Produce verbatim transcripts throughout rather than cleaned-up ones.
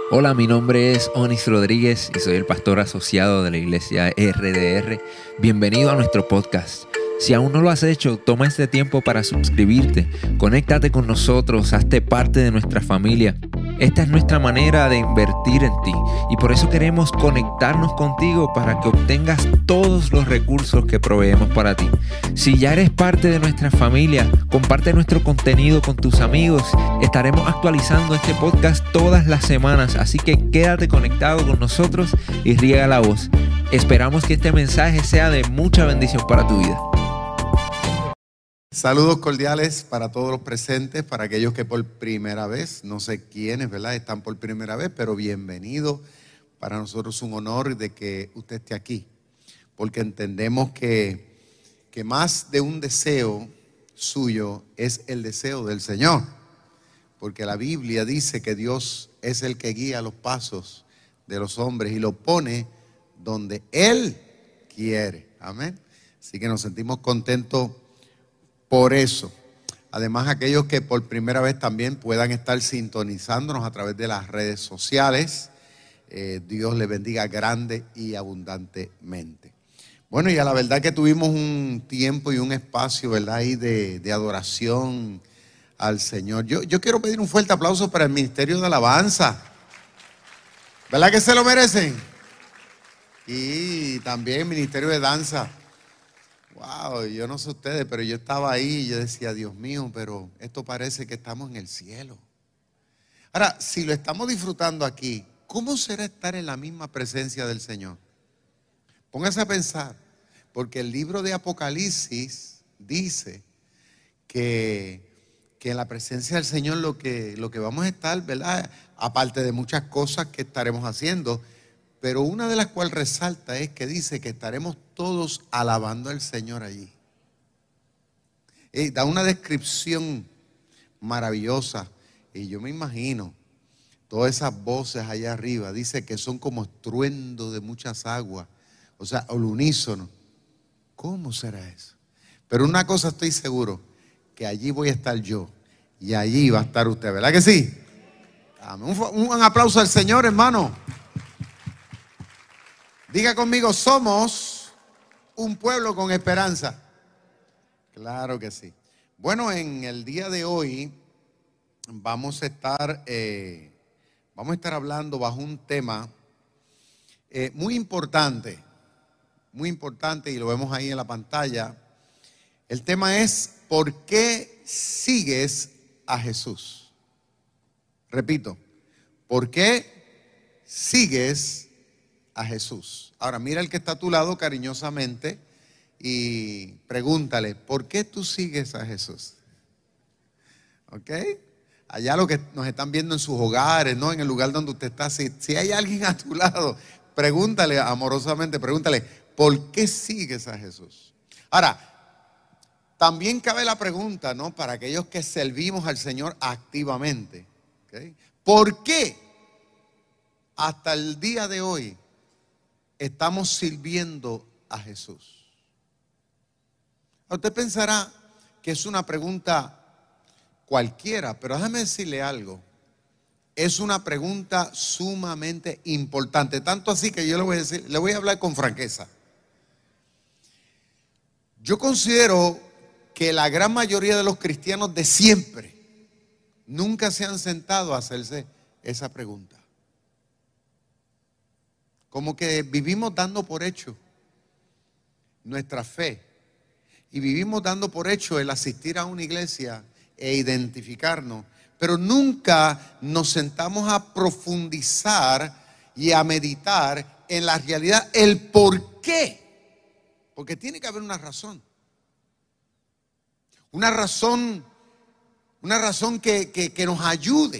Hola, mi nombre es Onis Rodríguez y soy el pastor asociado de la iglesia R D R. Bienvenido a nuestro podcast. Si aún no lo has hecho, toma este tiempo para suscribirte, conéctate con nosotros, hazte parte de nuestra familia. Esta es nuestra manera de invertir en ti y por eso queremos conectarnos contigo para que obtengas todos los recursos que proveemos para ti. Si ya eres parte de nuestra familia, comparte nuestro contenido con tus amigos. Estaremos actualizando este podcast todas las semanas, así que quédate conectado con nosotros y riega la voz. Esperamos que este mensaje sea de mucha bendición para tu vida. Saludos cordiales para todos los presentes, para aquellos que por primera vez, no sé quiénes, ¿verdad?, están por primera vez, pero bienvenido. Para nosotros es un honor de que usted esté aquí, porque entendemos que, que más de un deseo suyo es el deseo del Señor, porque la Biblia dice que Dios es el que guía los pasos de los hombres y lo pone donde Él quiere. Amén. Así que nos sentimos contentos por eso. Además, aquellos que por primera vez también puedan estar sintonizándonos a través de las redes sociales, eh, Dios les bendiga grande y abundantemente. Bueno, y a la verdad que tuvimos un tiempo y un espacio, ¿verdad?, ahí de, de adoración al Señor. Yo, yo quiero pedir un fuerte aplauso para el Ministerio de Alabanza. ¿Verdad que se lo merecen? Y también el Ministerio de Danza. Wow, yo no sé ustedes, pero yo estaba ahí y yo decía, Dios mío, pero esto parece que estamos en el cielo. Ahora, si lo estamos disfrutando aquí, ¿cómo será estar en la misma presencia del Señor? Póngase a pensar, porque el libro de Apocalipsis dice que, que en la presencia del Señor lo que, lo que vamos a estar, ¿verdad?, aparte de muchas cosas que estaremos haciendo, pero una de las cuales resalta es que dice que estaremos todos alabando al Señor allí. Y da una descripción maravillosa. Y yo me imagino todas esas voces allá arriba. Dice que son como estruendo de muchas aguas. O sea, al unísono. ¿Cómo será eso? Pero una cosa estoy seguro, que allí voy a estar yo. Y allí va a estar usted, ¿verdad que sí? Un, un aplauso al Señor, hermano. Diga conmigo, somos un pueblo con esperanza. Claro que sí. Bueno, en el día de hoy vamos a estar, eh, vamos a estar hablando bajo un tema eh, muy importante, muy importante, y lo vemos ahí en la pantalla. El tema es, ¿por qué sigues a Jesús? Repito, ¿por qué sigues a Jesús? Ahora mira al que está a tu lado cariñosamente y pregúntale, ¿por qué tú sigues a Jesús? ¿Ok? Allá lo que nos están viendo en sus hogares, ¿no?, en el lugar donde usted está, si, si hay alguien a tu lado, pregúntale amorosamente, pregúntale, ¿por qué sigues a Jesús? Ahora, también cabe la pregunta, ¿no?, para aquellos que servimos al Señor activamente, ¿ok?, ¿por qué hasta el día de hoy estamos sirviendo a Jesús? Usted pensará que es una pregunta cualquiera, pero déjame decirle algo. Es una pregunta sumamente importante, tanto así que yo le voy a decir, le voy a hablar con franqueza. Yo considero que la gran mayoría de los cristianos de siempre nunca se han sentado a hacerse esa pregunta. Como que vivimos dando por hecho nuestra fe y vivimos dando por hecho el asistir a una iglesia e identificarnos, pero nunca nos sentamos a profundizar y a meditar en la realidad, el por qué. Porque tiene que haber una razón. Una razón, una razón que, que, que nos ayude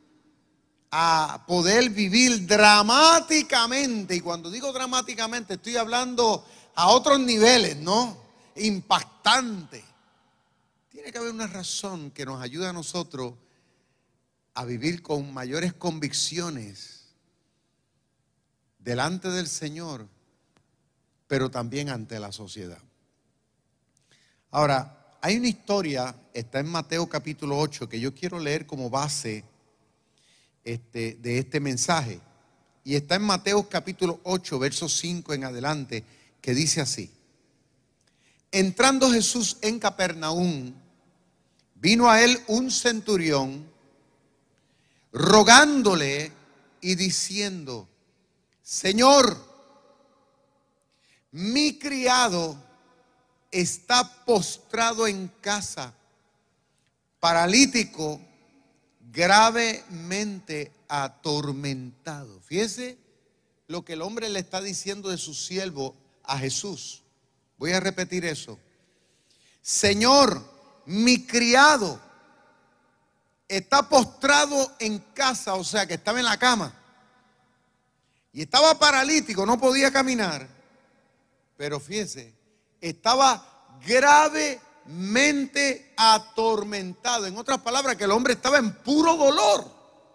a poder vivir dramáticamente. Y cuando digo dramáticamente, estoy hablando a otros niveles, ¿no? Impactante. Tiene que haber una razón que nos ayude a nosotros a vivir con mayores convicciones delante del Señor, pero también ante la sociedad. Ahora, hay una historia, está en Mateo capítulo ocho, que yo quiero leer como base este, de este mensaje. Y está en Mateo capítulo ocho, verso cinco en adelante, que dice así: entrando Jesús en Capernaum, vino a él un centurión, rogándole y diciendo: Señor, mi criado está postrado en casa, paralítico, gravemente atormentado. Fíjese lo que el hombre le está diciendo de su siervo a Jesús. Voy a repetir eso. Señor, mi criado está postrado en casa, o sea que estaba en la cama y estaba paralítico, no podía caminar, pero fíjese, estaba gravemente atormentado. En otras palabras, que el hombre estaba en puro dolor,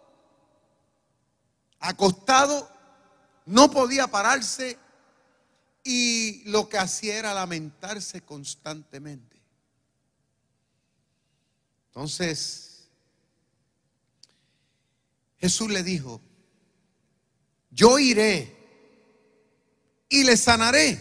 acostado, no podía pararse y lo que hacía era lamentarse constantemente. Entonces Jesús le dijo: yo iré y le sanaré.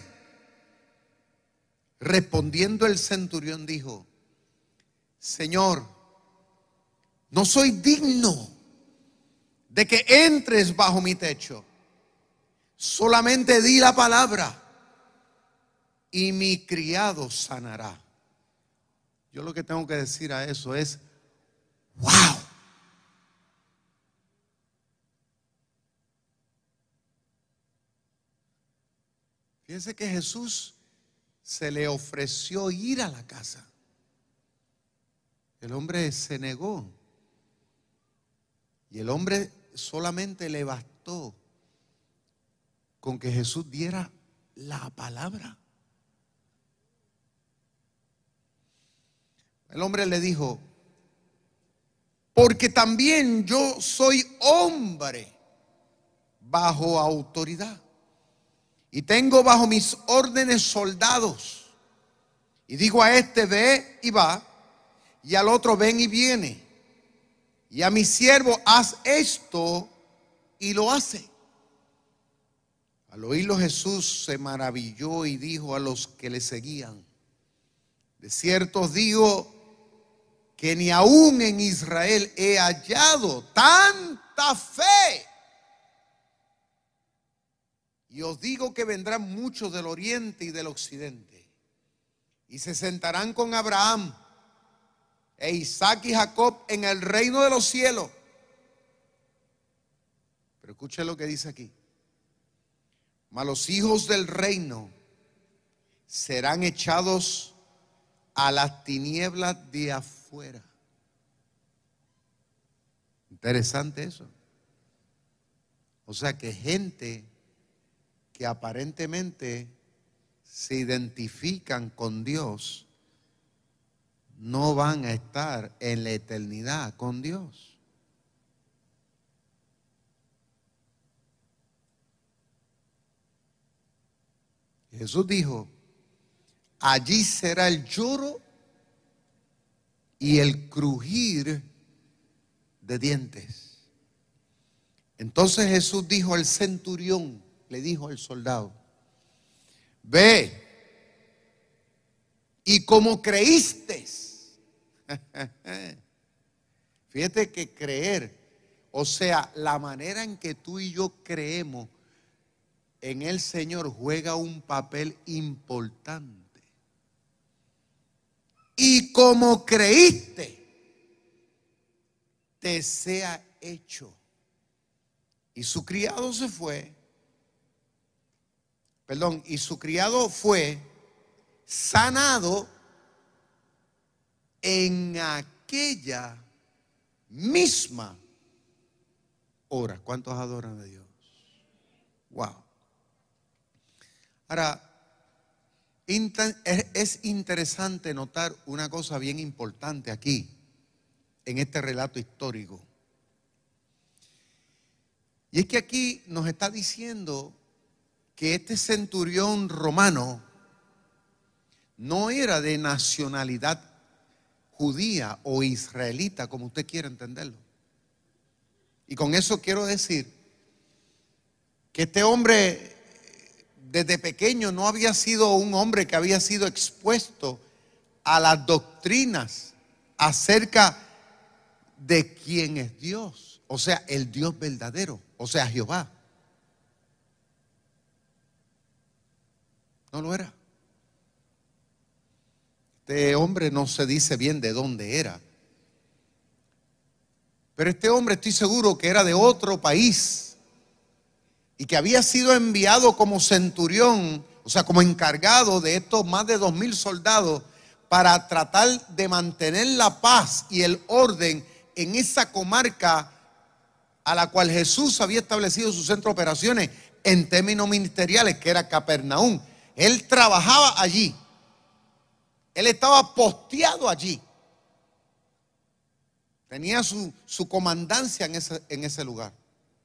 Respondiendo el centurión dijo: Señor, no soy digno de que entres bajo mi techo. Solamente di la palabra y mi criado sanará. Yo lo que tengo que decir a eso es: wow. Fíjense que Jesús se le ofreció ir a la casa. El hombre se negó. Y el hombre solamente le bastó con que Jesús diera la palabra. El hombre le dijo: porque también yo soy hombre bajo autoridad y tengo bajo mis órdenes soldados, y digo a este: ve y va, y al otro: ven y viene, y a mi siervo: haz esto, y lo hace. Al oírlo Jesús se maravilló y dijo a los que le seguían: de cierto os digo que ni aún en Israel he hallado tanta fe. Y os digo que vendrán muchos del oriente y del occidente, y se sentarán con Abraham e Isaac y Jacob en el reino de los cielos. Pero escuche lo que dice aquí: mas los hijos del reino serán echados a las tinieblas de afuera. Interesante eso. O sea que gente que aparentemente se identifican con Dios no van a estar en la eternidad con Dios. Jesús dijo: allí será el lloro y el crujir de dientes. Entonces Jesús dijo al centurión, le dijo al soldado: ve, y como creíste. Fíjate que creer, o sea, la manera en que tú y yo creemos en el Señor, juega un papel importante. Y como creíste, te sea hecho. Y su criado se fue. Perdón, y su criado fue sanado en aquella misma hora. ¿Cuántos adoran a Dios? Wow. Ahora, es interesante notar una cosa bien importante aquí, en este relato histórico. Y es que aquí nos está diciendo que este centurión romano no era de nacionalidad judía o israelita, como usted quiera entenderlo. Y con eso quiero decir que este hombre desde pequeño no había sido un hombre que había sido expuesto a las doctrinas acerca de quién es Dios, o sea, el Dios verdadero, o sea, Jehová. No lo era. Este hombre no se dice bien de dónde era, pero este hombre estoy seguro que era de otro país y que había sido enviado como centurión, o sea, como encargado de estos más de dos mil soldados para tratar de mantener la paz y el orden en esa comarca a la cual Jesús había establecido su centro de operaciones en términos ministeriales, que era Capernaum. Él trabajaba allí. Él estaba posteado allí. Tenía su, su comandancia en ese, en ese lugar.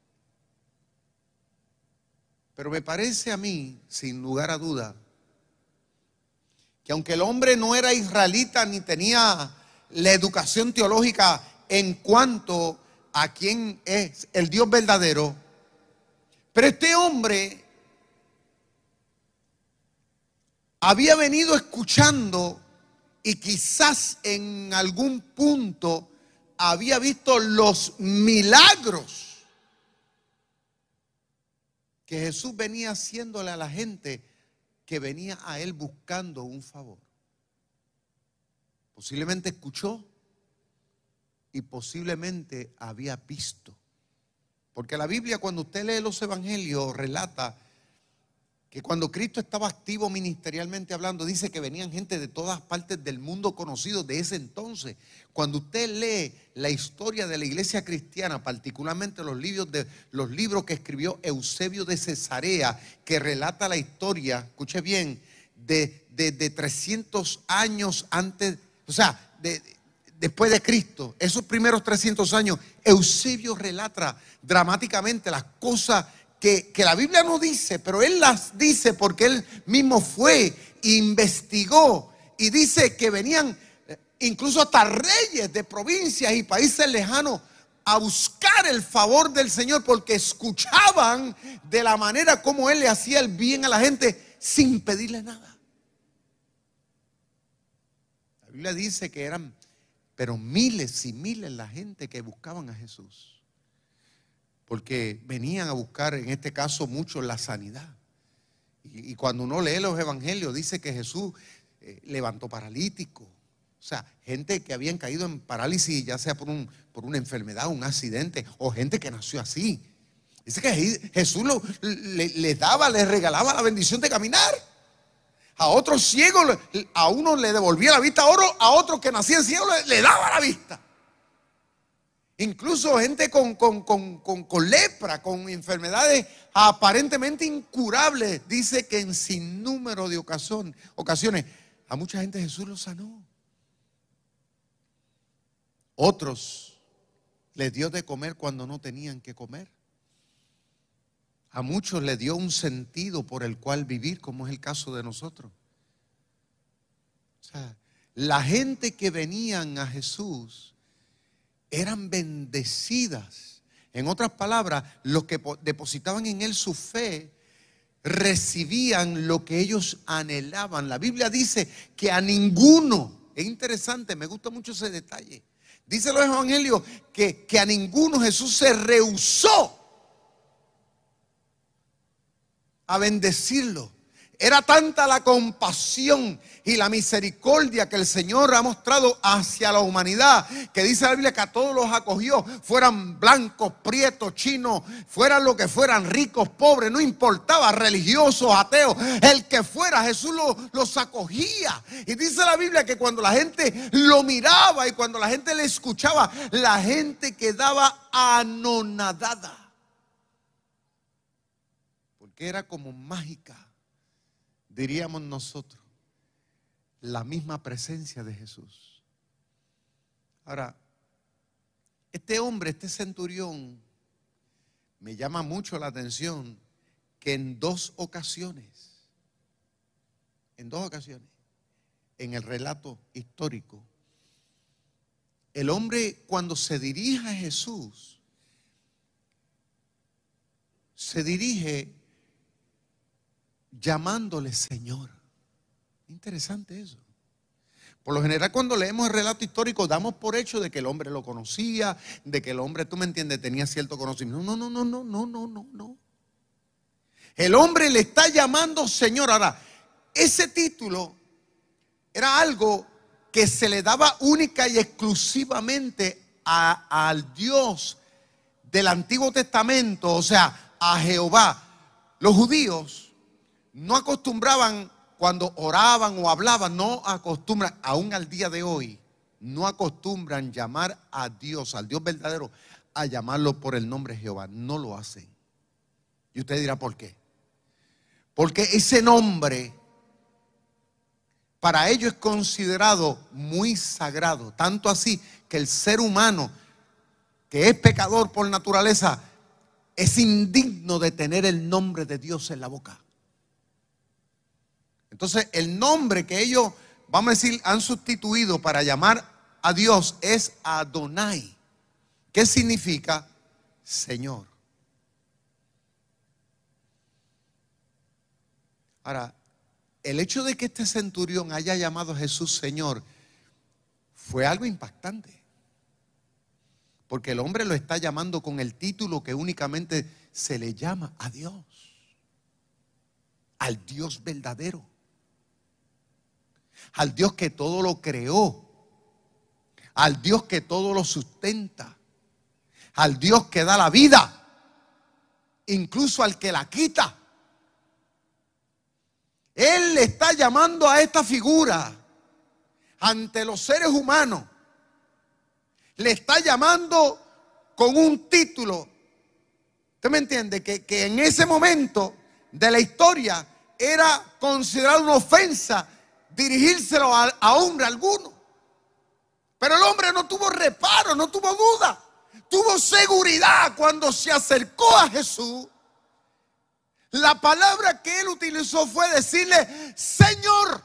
Pero me parece a mí, sin lugar a duda, que aunque el hombre no era israelita ni tenía la educación teológica en cuanto a quién es el Dios verdadero, pero este hombre había venido escuchando y quizás en algún punto había visto los milagros que Jesús venía haciéndole a la gente que venía a él buscando un favor. Posiblemente escuchó y posiblemente había visto. Porque la Biblia, cuando usted lee los evangelios, relata que cuando Cristo estaba activo ministerialmente hablando, dice que venían gente de todas partes del mundo conocido de ese entonces. Cuando usted lee la historia de la iglesia cristiana, particularmente los libros, de, los libros que escribió Eusebio de Cesarea, que relata la historia, escuche bien, de, de, de trescientos años antes, o sea, de, de, después de Cristo, esos primeros trescientos años, Eusebio relata dramáticamente las cosas Que, que la Biblia no dice, pero él las dice porque él mismo fue, investigó y dice que venían incluso hasta reyes de provincias y países lejanos a buscar el favor del Señor porque escuchaban de la manera como él le hacía el bien a la gente sin pedirle nada. La Biblia dice que eran, pero miles y miles la gente que buscaban a Jesús. Porque venían a buscar, en este caso, mucho la sanidad. Y, y cuando uno lee los evangelios, dice que Jesús eh, levantó paralíticos. O sea, gente que habían caído en parálisis, ya sea por, un, por una enfermedad, un accidente, o gente que nació así. Dice que Jesús lo, le, les daba, les regalaba la bendición de caminar. A otros ciegos, a uno le devolvía la vista, a otro, a otros que nacían ciegos le, le daba la vista. Incluso gente con, con, con, con, con lepra, con enfermedades aparentemente incurables. Dice que en sinnúmero de ocasión, ocasiones a mucha gente Jesús los sanó. Otros les dio de comer cuando no tenían que comer. A muchos les dio un sentido por el cual vivir, como es el caso de nosotros. O sea, la gente que venían a Jesús eran bendecidas. En otras palabras, los que depositaban en él su fe recibían lo que ellos anhelaban. La Biblia dice que a ninguno, es interesante, me gusta mucho ese detalle, dice los evangelios que, que a ninguno Jesús se rehusó a bendecirlo. Era tanta la compasión y la misericordia que el Señor ha mostrado hacia la humanidad, que dice la Biblia que a todos los acogió, fueran blancos, prietos, chinos, fueran lo que fueran, ricos, pobres, no importaba, religiosos, ateos, el que fuera, Jesús lo, los acogía. Y dice la Biblia que cuando la gente lo miraba y cuando la gente le escuchaba, la gente quedaba anonadada, porque era como mágica, diríamos nosotros, la misma presencia de Jesús. Ahora, este hombre, este centurión, me llama mucho la atención que en dos ocasiones, en dos ocasiones, en el relato histórico, el hombre cuando se dirige a Jesús, se dirige llamándole Señor. Interesante eso. Por lo general, cuando leemos el relato histórico, damos por hecho de que el hombre lo conocía, de que el hombre, tú me entiendes, tenía cierto conocimiento. No, no, no, no, no, no, no, no. El hombre le está llamando Señor. Ahora, ese título era algo que se le daba única y exclusivamente a, al Dios del Antiguo Testamento, o sea, a Jehová. Los judíos no acostumbraban, cuando oraban o hablaban, no acostumbran, aún al día de hoy, no acostumbran llamar a Dios, al Dios verdadero, a llamarlo por el nombre de Jehová. No lo hacen. Y usted dirá, ¿por qué? Porque ese nombre para ellos es considerado muy sagrado. Tanto así que el ser humano, que es pecador por naturaleza, es indigno de tener el nombre de Dios en la boca. Entonces, el nombre que ellos, vamos a decir, han sustituido para llamar a Dios es Adonai. ¿Qué significa? Señor. Ahora, el hecho de que este centurión haya llamado a Jesús Señor fue algo impactante. Porque el hombre lo está llamando con el título que únicamente se le llama a Dios. Al Dios verdadero. Al Dios que todo lo creó. Al Dios que todo lo sustenta. Al Dios que da la vida. Incluso al que la quita. Él le está llamando a esta figura ante los seres humanos. Le está llamando con un título. ¿Usted me entiende? Que, que en ese momento de la historia era considerado una ofensa dirigírselo a, a hombre alguno. Pero el hombre no tuvo reparo, no tuvo duda. Tuvo seguridad cuando se acercó a Jesús. La palabra que él utilizó fue decirle, Señor.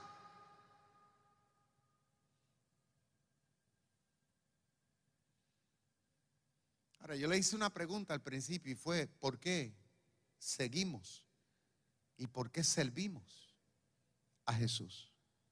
Ahora, yo le hice una pregunta al principio y fue, ¿por qué seguimos y por qué servimos a Jesús?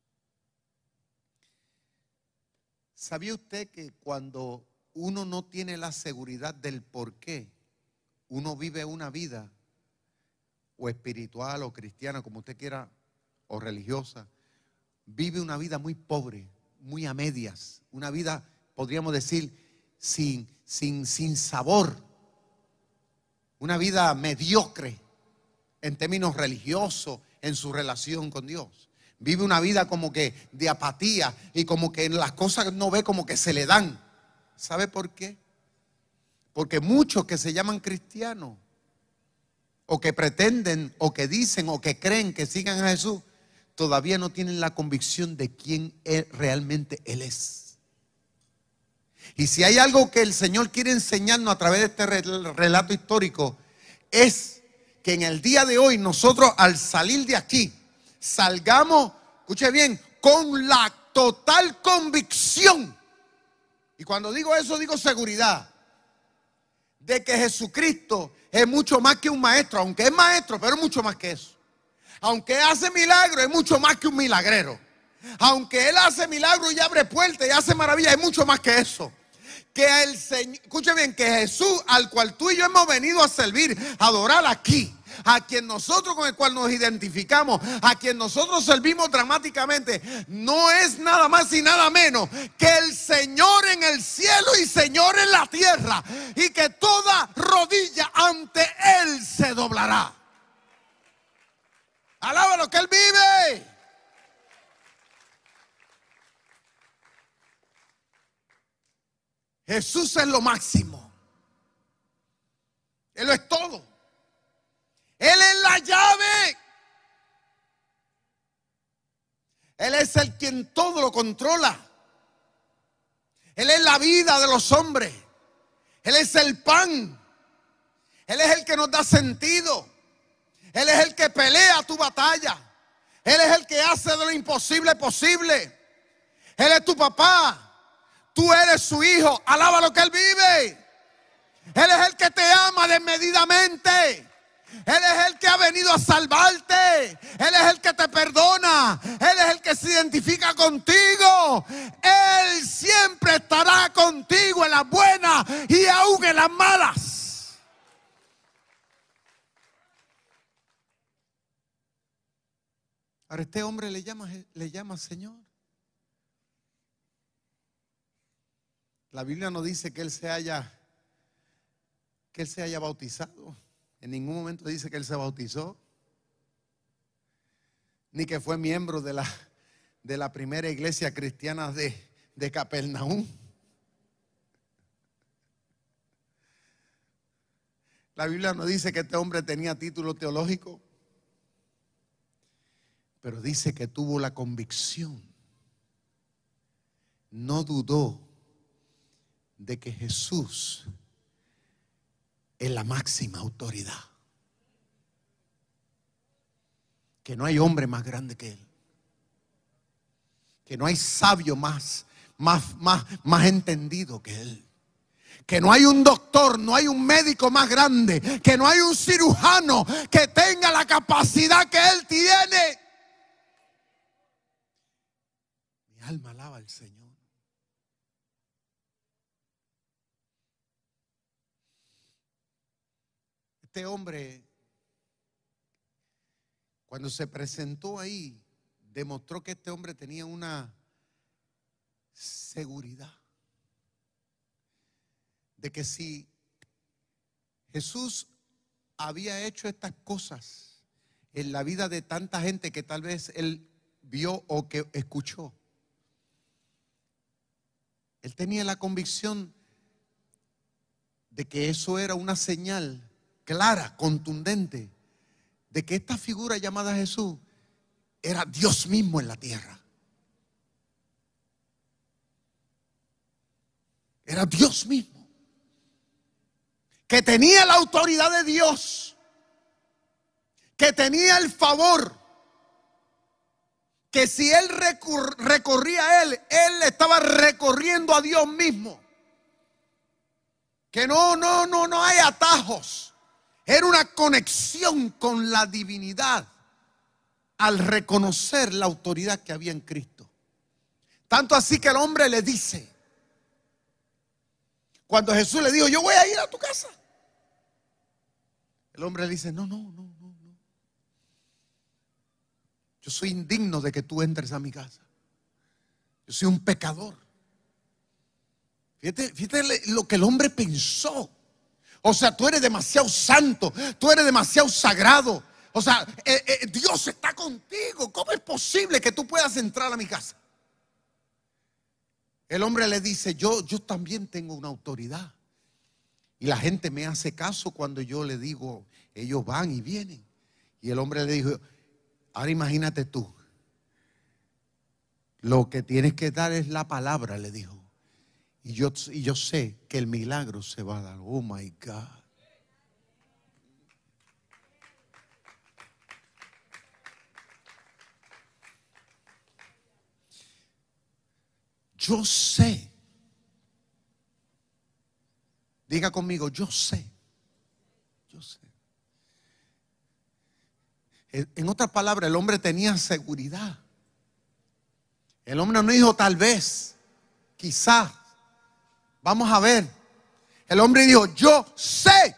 ¿Sabía usted que cuando uno no tiene la seguridad del por qué, uno vive una vida o espiritual o cristiana, como usted quiera, o religiosa, vive una vida muy pobre, muy a medias, una vida, podríamos decir, sin, sin, sin sabor, una vida mediocre en términos religiosos, en su relación con Dios? Vive una vida como que de apatía y como que las cosas no ve como que se le dan. ¿Sabe por qué? Porque muchos que se llaman cristianos, o que pretenden, o que dicen, o que creen que sigan a Jesús, todavía no tienen la convicción de quién él, realmente Él es. Y si hay algo que el Señor quiere enseñarnos a través de este relato histórico, es que en el día de hoy nosotros, al salir de aquí, salgamos, escuche bien, con la total convicción. Y cuando digo eso, digo seguridad de que Jesucristo es mucho más que un maestro, aunque es maestro, pero es mucho más que eso. Aunque hace milagros, es mucho más que un milagrero. Aunque Él hace milagros y abre puertas y hace maravillas, es mucho más que eso. Que el Señor, escuche bien, que Jesús, al cual tú y yo hemos venido a servir, a adorar aquí, a quien nosotros con el cual nos identificamos, a quien nosotros servimos dramáticamente, no es nada más y nada menos que el Señor en el cielo y Señor en la tierra, y que toda rodilla ante Él se doblará. Alábalo, que Él vive. Jesús es lo máximo. Él lo es todo. Él es la llave. Él es el quien todo lo controla. Él es la vida de los hombres. Él es el pan. Él es el que nos da sentido. Él es el que pelea tu batalla. Él es el que hace de lo imposible posible. Él es tu papá. Tú eres su hijo. Alaba lo que Él vive. Él es el que te ama desmedidamente. Él es el que ha venido a salvarte. Él es el que te perdona. Él es el que se identifica contigo. Él siempre estará contigo en las buenas y aún en las malas. Ahora este hombre le llama, le llama Señor. La Biblia no dice que él se haya, que él se haya bautizado. En ningún momento dice que él se bautizó, ni que fue miembro de la, de la primera iglesia cristiana de, de Capernaum. La Biblia no dice que este hombre tenía título teológico, pero dice que tuvo la convicción, no dudó de que Jesús es la máxima autoridad, que no hay hombre más grande que Él, que no hay sabio más, más, más, más entendido que Él, que no hay un doctor, no hay un médico más grande, que no hay un cirujano que tenga la capacidad que Él tiene. Mi alma alaba al Señor. Este hombre, cuando se presentó ahí, demostró que este hombre tenía una seguridad de que si Jesús había hecho estas cosas en la vida de tanta gente que tal vez él vio o que escuchó, él tenía la convicción de que eso era una señal clara, contundente, de que esta figura llamada Jesús era Dios mismo en la tierra. Era Dios mismo, que tenía la autoridad de Dios, que tenía el favor, que si él recor- recorría a él, él estaba recorriendo a Dios mismo, que no, no, no, no hay atajos. Era una conexión con la divinidad al reconocer la autoridad que había en Cristo. Tanto así que el hombre le dice, cuando Jesús le dijo, yo voy a ir a tu casa, el hombre le dice, no, no, no, no, no. Yo soy indigno de que tú entres a mi casa. Yo soy un pecador. Fíjate, fíjate lo que el hombre pensó. O sea, tú eres demasiado santo, tú eres demasiado sagrado. O sea, eh, eh, Dios está contigo. ¿Cómo es posible que tú puedas entrar a mi casa? El hombre le dice, yo, yo también tengo una autoridad. Y la gente me hace caso cuando yo le digo, ellos van y vienen. Y el hombre le dijo, ahora imagínate tú, lo que tienes que dar es la palabra, le dijo. Y yo, y yo sé que el milagro se va a dar. Oh my God. Yo sé. Diga conmigo, yo sé. Yo sé. En otras palabras, el hombre tenía seguridad. El hombre no dijo tal vez, quizás. Vamos a ver. El hombre dijo, yo sé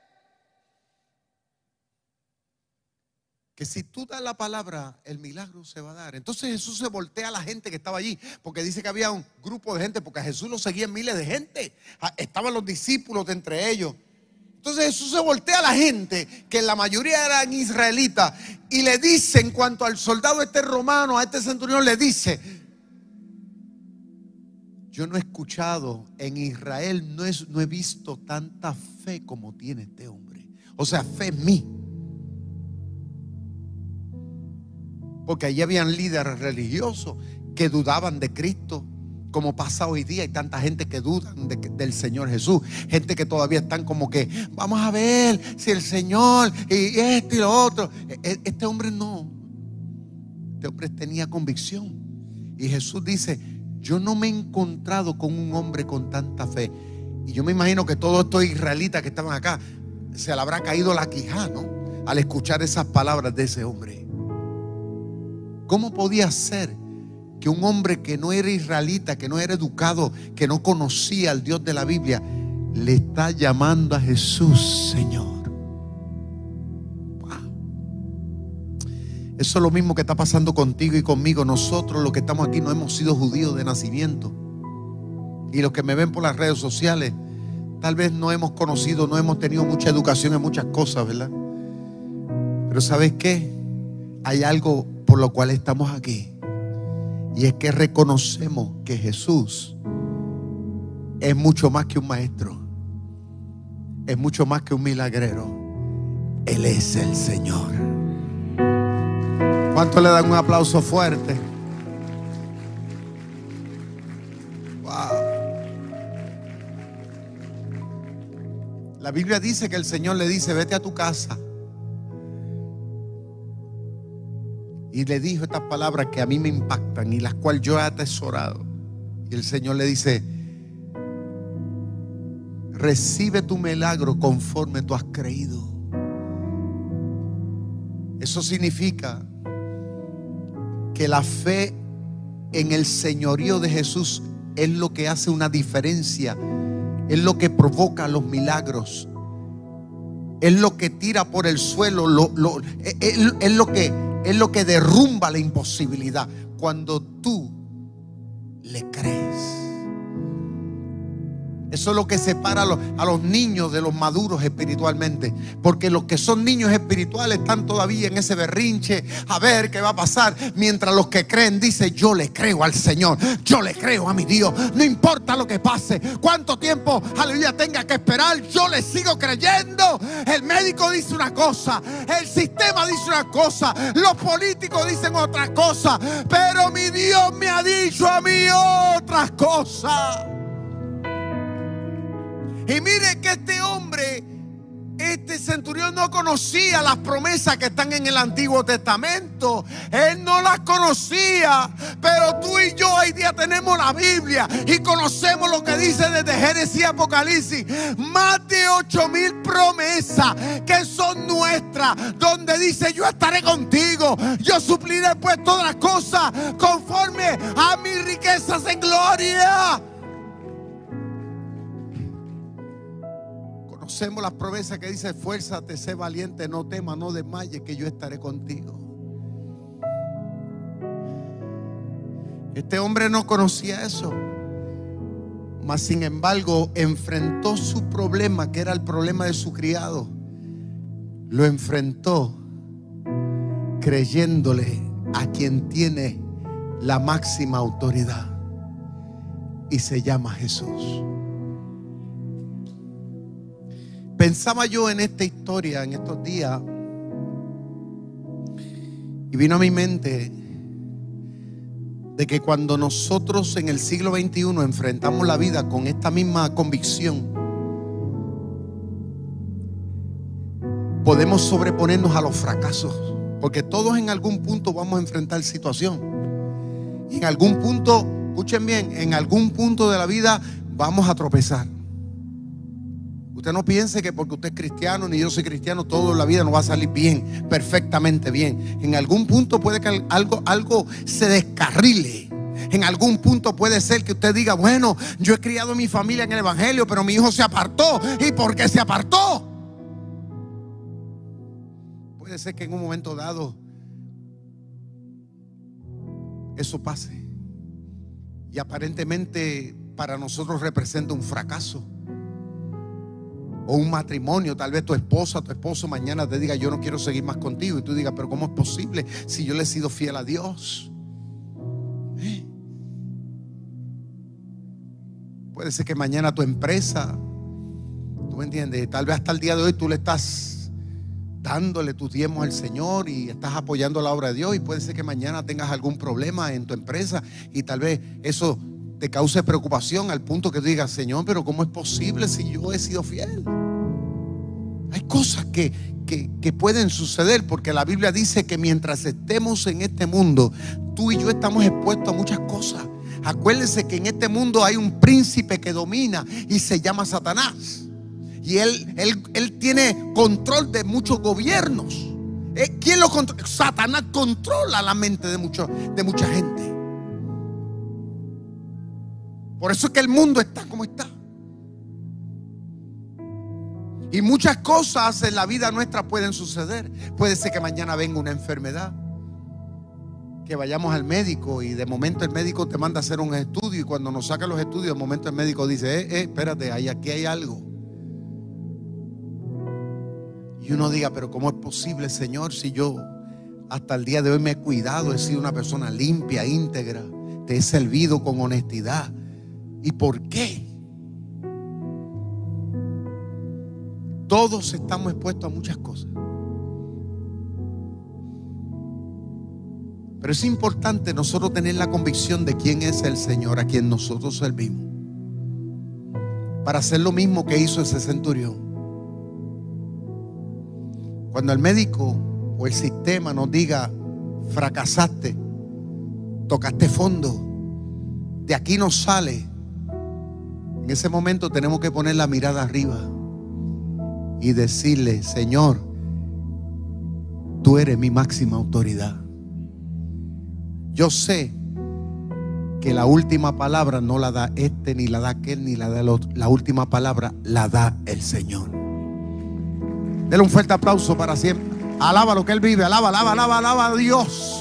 que si tú das la palabra, el milagro se va a dar. Entonces Jesús se voltea a la gente que estaba allí, porque dice que había un grupo de gente, porque a Jesús lo seguían miles de gente. Estaban los discípulos de entre ellos. Entonces Jesús se voltea a la gente, que la mayoría eran israelitas, y le dice, en cuanto al soldado este romano, a este centurión, le dice, yo no he escuchado en Israel, no, es, no he visto tanta fe como tiene este hombre. O sea, fe en mí. Porque allí habían líderes religiosos que dudaban de Cristo, como pasa hoy día. Hay tanta gente que dudan de, del Señor Jesús. Gente que todavía están como que, vamos a ver si el Señor y esto y lo otro. Este hombre no. Este hombre tenía convicción. Y Jesús dice, yo no me he encontrado con un hombre con tanta fe. Y yo me imagino que todos estos israelitas que estaban acá se le habrá caído la quijada, ¿no? al escuchar esas palabras de ese hombre. ¿Cómo podía ser que un hombre que no era israelita, que no era educado, que no conocía al Dios de la Biblia, le está llamando a Jesús Señor? Eso es lo mismo que está pasando contigo y conmigo. Nosotros los que estamos aquí no hemos sido judíos de nacimiento. Y los que me ven por las redes sociales, tal vez no hemos conocido, no hemos tenido mucha educación en muchas cosas, ¿verdad? Pero ¿sabes qué? Hay algo por lo cual estamos aquí. Y es que reconocemos que Jesús es mucho más que un maestro. Es mucho más que un milagrero. Él es el Señor. ¿Cuánto le dan un aplauso fuerte? Wow. La Biblia dice que el Señor le dice: vete a tu casa. Y le dijo estas palabras que a mí me impactan y las cuales yo he atesorado. Y el Señor le dice: recibe tu milagro conforme tú has creído. Eso significa que la fe en el señorío de Jesús es lo que hace una diferencia, es lo que provoca los milagros, es lo que tira por el suelo, lo, lo, es, es, lo que, es lo que derrumba la imposibilidad. Cuando tú le crees. Eso es lo que separa a los, a los niños de los maduros espiritualmente. Porque los que son niños espirituales están todavía en ese berrinche, a ver qué va a pasar. Mientras los que creen dicen: yo le creo al Señor, yo le creo a mi Dios. No importa lo que pase, cuánto tiempo, aleluya, tenga que esperar, yo le sigo creyendo. El médico dice una cosa, el sistema dice una cosa, los políticos dicen otra cosa, pero mi Dios me ha dicho a mí otras cosas. Y mire que este hombre, este centurión, no conocía las promesas que están en el Antiguo Testamento. Él no las conocía. Pero tú y yo hoy día tenemos la Biblia y conocemos lo que dice desde Génesis y Apocalipsis. Más de ocho mil promesas que son nuestras, donde dice: yo estaré contigo, yo supliré pues todas las cosas conforme a mis riquezas en gloria. Conocemos las promesas que dice: esfuérzate, sé valiente, no temas, no desmayes, que yo estaré contigo. Este hombre no conocía eso, mas sin embargo enfrentó su problema, que era el problema de su criado. Lo enfrentó creyéndole a quien tiene la máxima autoridad, y se llama Jesús. Pensaba yo en esta historia en estos días y vino a mi mente de que cuando nosotros en el siglo veintiuno enfrentamos la vida con esta misma convicción, podemos sobreponernos a los fracasos, porque todos en algún punto vamos a enfrentar situación. Y en algún punto, escuchen bien, en algún punto de la vida vamos a tropezar. Usted no piense que porque usted es cristiano, ni yo soy cristiano, toda la vida nos va a salir bien, perfectamente bien. En algún punto puede que algo, algo se descarrile. En algún punto puede ser que usted diga: bueno, yo he criado a mi familia en el evangelio, pero mi hijo se apartó. ¿Y por qué se apartó? Puede ser que en un momento dado eso pase y aparentemente para nosotros representa un fracaso. O un matrimonio, tal vez tu esposa, tu esposo mañana te diga: yo no quiero seguir más contigo. Y tú digas: pero ¿cómo es posible si yo le he sido fiel a Dios? ¿Eh? Puede ser que mañana tu empresa, tú me entiendes, tal vez hasta el día de hoy tú le estás dándole tus diezmos al Señor y estás apoyando la obra de Dios, y puede ser que mañana tengas algún problema en tu empresa y tal vez eso te cause preocupación al punto que tú digas: Señor, pero ¿cómo es posible si yo he sido fiel? Hay cosas que, que, que pueden suceder, porque la Biblia dice que mientras estemos en este mundo, tú y yo estamos expuestos a muchas cosas. Acuérdense que en este mundo hay un príncipe que domina y se llama Satanás. Y él, él, él tiene control de muchos gobiernos. ¿Quién lo controla? Satanás controla la mente de, mucho, de mucha gente. Por eso es que el mundo está como está. Y muchas cosas en la vida nuestra pueden suceder. Puede ser que mañana venga una enfermedad, que vayamos al médico y de momento el médico te manda a hacer un estudio, y cuando nos saca los estudios, de momento el médico dice, eh, eh, espérate, ahí, aquí hay algo. Y uno diga, pero ¿cómo es posible, Señor, si yo hasta el día de hoy me he cuidado, he sido una persona limpia, íntegra, te he servido con honestidad? ¿Y por qué? Todos estamos expuestos a muchas cosas. Pero es importante nosotros tener la convicción de quién es el Señor a quien nosotros servimos, para hacer lo mismo que hizo ese centurión. Cuando el médico o el sistema nos diga, fracasaste, tocaste fondo, de aquí no sale, en ese momento tenemos que poner la mirada arriba y decirle, Señor, tú eres mi máxima autoridad. Yo sé que la última palabra no la da este, ni la da aquel, ni la da el otro. La última palabra la da el Señor. Dele un fuerte aplauso para siempre. Alaba lo que Él vive. Alaba, alaba, alaba, alaba a Dios.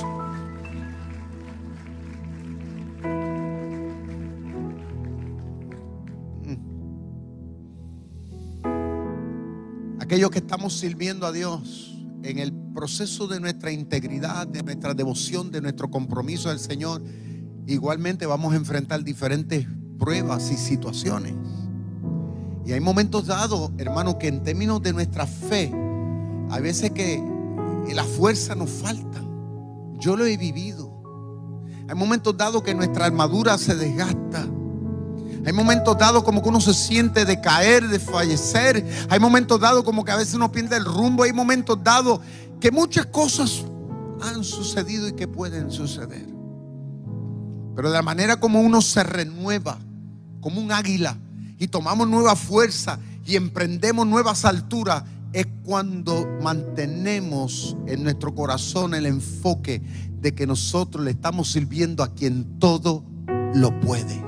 Aquellos que estamos sirviendo a Dios en el proceso de nuestra integridad, de nuestra devoción, de nuestro compromiso al Señor, igualmente vamos a enfrentar diferentes pruebas y situaciones. Y hay momentos dados, hermano, que en términos de nuestra fe, hay veces que la fuerza nos falta. Yo lo he vivido. Hay momentos dados que nuestra armadura se desgasta. Hay momentos dados como que uno se siente de caer, de fallecer. Hay momentos dados como que a veces uno pierde el rumbo. Hay momentos dados que muchas cosas han sucedido y que pueden suceder. Pero de la manera como uno se renueva, como un águila, y tomamos nueva fuerza y emprendemos nuevas alturas, es cuando mantenemos en nuestro corazón el enfoque de que nosotros le estamos sirviendo a quien todo lo puede,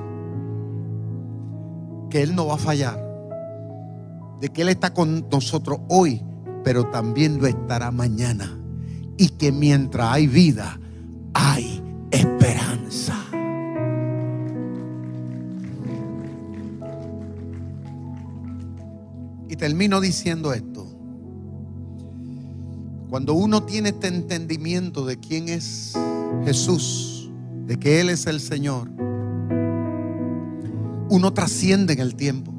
que Él no va a fallar, de que Él está con nosotros hoy, pero también lo estará mañana, y que mientras hay vida hay esperanza. Y termino diciendo esto: cuando uno tiene este entendimiento de quién es Jesús, de que Él es el Señor, uno trasciende en el tiempo.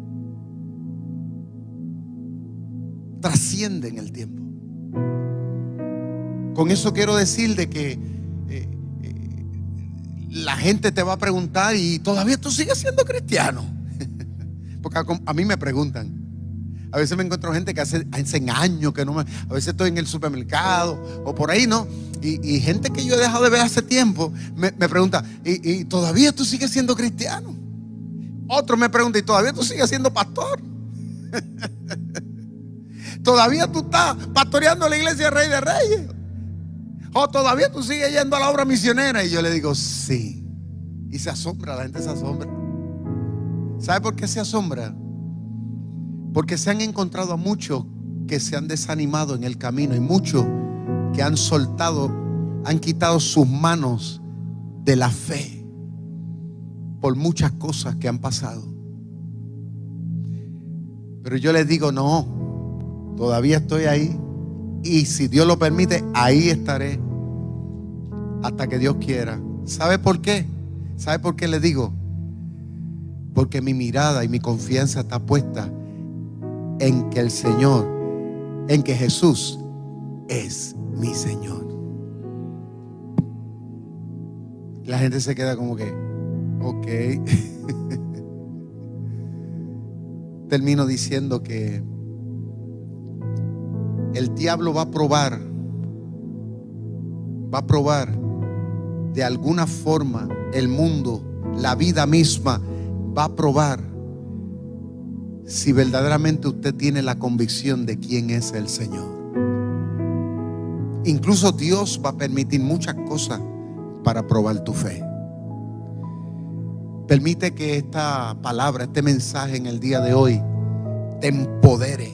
Trasciende en el tiempo. Con eso quiero decir de que eh, eh, la gente te va a preguntar, ¿y todavía tú sigues siendo cristiano? Porque a, a mí me preguntan. A veces me encuentro gente que hace, hace años que no me... A veces estoy en el supermercado o por ahí, ¿no? Y, y gente que yo he dejado de ver hace tiempo me, me pregunta, ¿y, ¿y todavía tú sigues siendo cristiano? Otro me pregunta, ¿y todavía tú sigues siendo pastor? ¿Todavía tú estás pastoreando la iglesia Rey de Reyes? ¿O todavía tú sigues yendo a la obra misionera? Y yo le digo, sí. Y se asombra, la gente se asombra. ¿Sabe por qué se asombra? Porque se han encontrado a muchos que se han desanimado en el camino, y muchos que han soltado, han quitado sus manos de la fe por muchas cosas que han pasado. Pero yo les digo, no, todavía estoy ahí, y si Dios lo permite, ahí estaré hasta que Dios quiera. ¿Sabe por qué? ¿Sabe por qué les digo? Porque mi mirada y mi confianza está puesta en que el Señor, en que Jesús es mi Señor. La gente se queda como que, ok. Termino diciendo que el diablo va a probar, va a probar de alguna forma, el mundo, la vida misma, va a probar si verdaderamente usted tiene la convicción de quién es el Señor. Incluso Dios va a permitir muchas cosas para probar tu fe. Permite que esta palabra, este mensaje en el día de hoy te empodere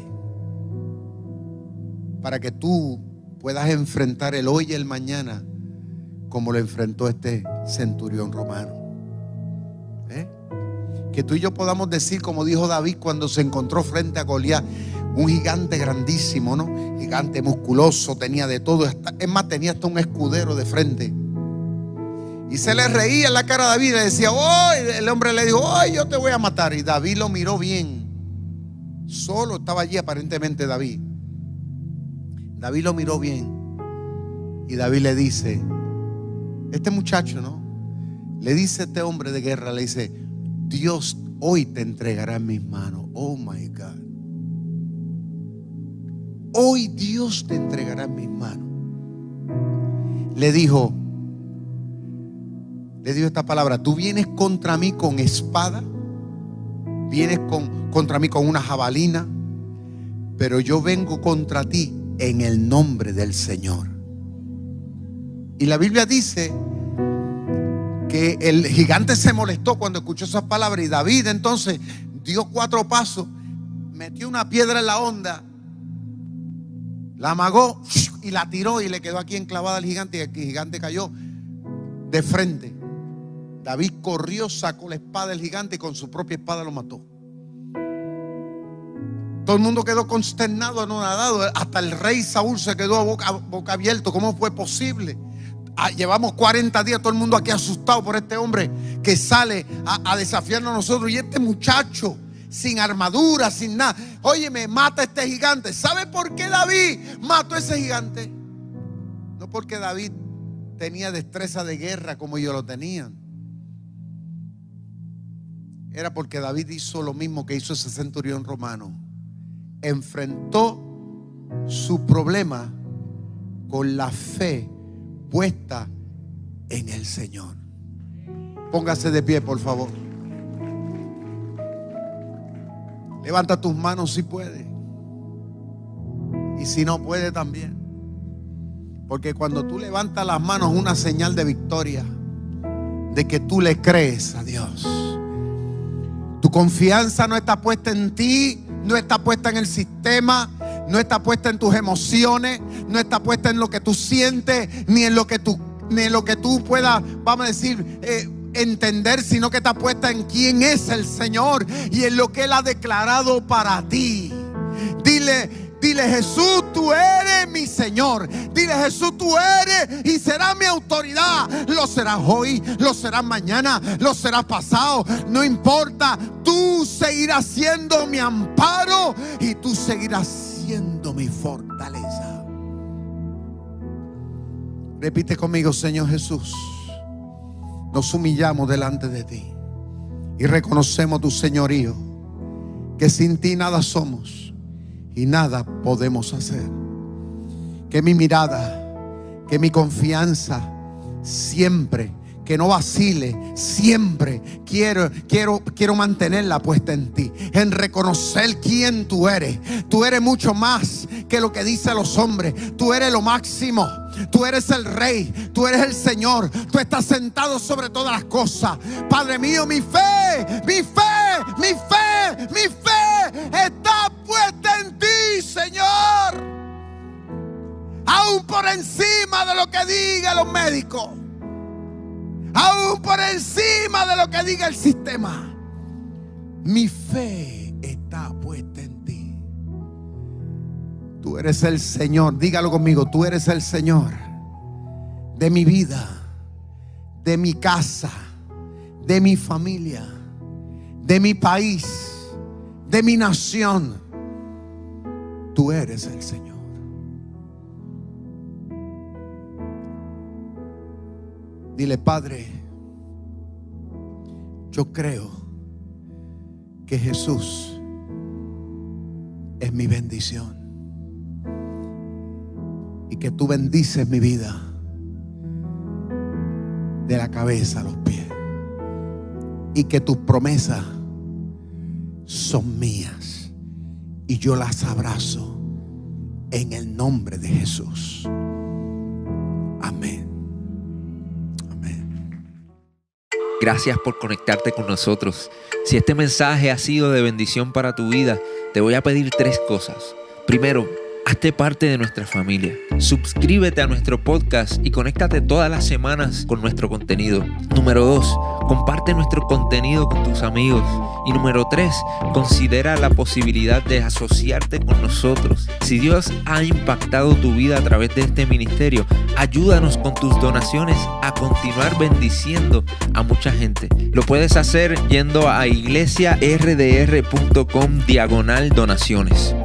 para que tú puedas enfrentar el hoy y el mañana como lo enfrentó este centurión romano. ¿Eh? Que tú y yo podamos decir, como dijo David cuando se encontró frente a Goliat, un gigante grandísimo, ¿no? Gigante musculoso, tenía de todo. Es más, tenía hasta un escudero de frente. Y se le reía en la cara a David y le decía, oh, el hombre le dijo, oh, yo te voy a matar. Y David lo miró bien. Solo estaba allí aparentemente David. David lo miró bien. Y David le dice, este muchacho, ¿no? Le dice a este hombre de guerra, le dice, Dios hoy te entregará en mis manos. Oh my God. Hoy Dios te entregará en mis manos. Le dijo, le dijo esta palabra, tú vienes contra mí con espada, vienes con, contra mí con una jabalina, pero yo vengo contra ti en el nombre del Señor. Y la Biblia dice que el gigante se molestó cuando escuchó esas palabras, y David entonces dio cuatro pasos, metió una piedra en la honda, la amagó y la tiró, y le quedó aquí enclavada al gigante, y el gigante cayó de frente. David corrió, sacó la espada del gigante y con su propia espada lo mató. Todo el mundo quedó consternado, anonadado. Hasta el rey Saúl se quedó a boca, boca abierto. ¿Cómo fue posible? Ah, llevamos cuarenta días todo el mundo aquí asustado por este hombre que sale a, a desafiarnos a nosotros. Y este muchacho sin armadura, sin nada, oye, me mata este gigante. ¿Sabe por qué David mató a ese gigante? No porque David tenía destreza de guerra como ellos lo tenían. Era porque David hizo lo mismo que hizo ese centurión romano. Enfrentó su problema con la fe puesta en el Señor. Póngase de pie, por favor. Levanta tus manos si puede. Y si no puede también. Porque cuando tú levantas las manos es una señal de victoria, de que tú le crees a Dios. Tu confianza no está puesta en ti, no está puesta en el sistema, no está puesta en tus emociones, no está puesta en lo que tú sientes, ni en lo que tú, ni en lo que tú puedas, vamos a decir, eh, entender, sino que está puesta en quién es el Señor y en lo que Él ha declarado para ti. Dile, dile, Jesús, tú eres mi Señor. Dile, Jesús, tú eres y serás mi autoridad. Lo serás hoy, lo serás mañana, lo serás pasado. No importa, tú seguirás siendo mi amparo y tú seguirás siendo mi fortaleza. Repite conmigo, Señor Jesús, nos humillamos delante de ti y reconocemos tu señorío, que sin ti nada somos y nada podemos hacer. Que mi mirada, que mi confianza siempre, que no vacile, siempre quiero, quiero, quiero mantenerla puesta en ti, en reconocer quién tú eres. Tú eres mucho más que lo que dicen los hombres. Tú eres lo máximo. Tú eres el Rey, tú eres el Señor. Tú estás sentado sobre todas las cosas. Padre mío, mi fe, mi fe, mi fe, mi fe está puesta en ti, Señor. Aún por encima de lo que digan los médicos, aún por encima de lo que diga el sistema, mi fe está puesta en ti. Tú eres el Señor, dígalo conmigo, tú eres el Señor de mi vida, de mi casa, de mi familia, de mi país, de mi nación. Tú eres el Señor. Dile, Padre, yo creo que Jesús es mi bendición y que tú bendices mi vida de la cabeza a los pies, y que tus promesas son mías y yo las abrazo en el nombre de Jesús. Amén. Amén. Gracias por conectarte con nosotros. Si este mensaje ha sido de bendición para tu vida, te voy a pedir tres cosas. Primero, hazte parte de nuestra familia. Suscríbete a nuestro podcast y conéctate todas las semanas con nuestro contenido. Número dos, comparte nuestro contenido con tus amigos. Y número tres, considera la posibilidad de asociarte con nosotros. Si Dios ha impactado tu vida a través de este ministerio, ayúdanos con tus donaciones a continuar bendiciendo a mucha gente. Lo puedes hacer yendo a iglesiardr punto com diagonal donaciones.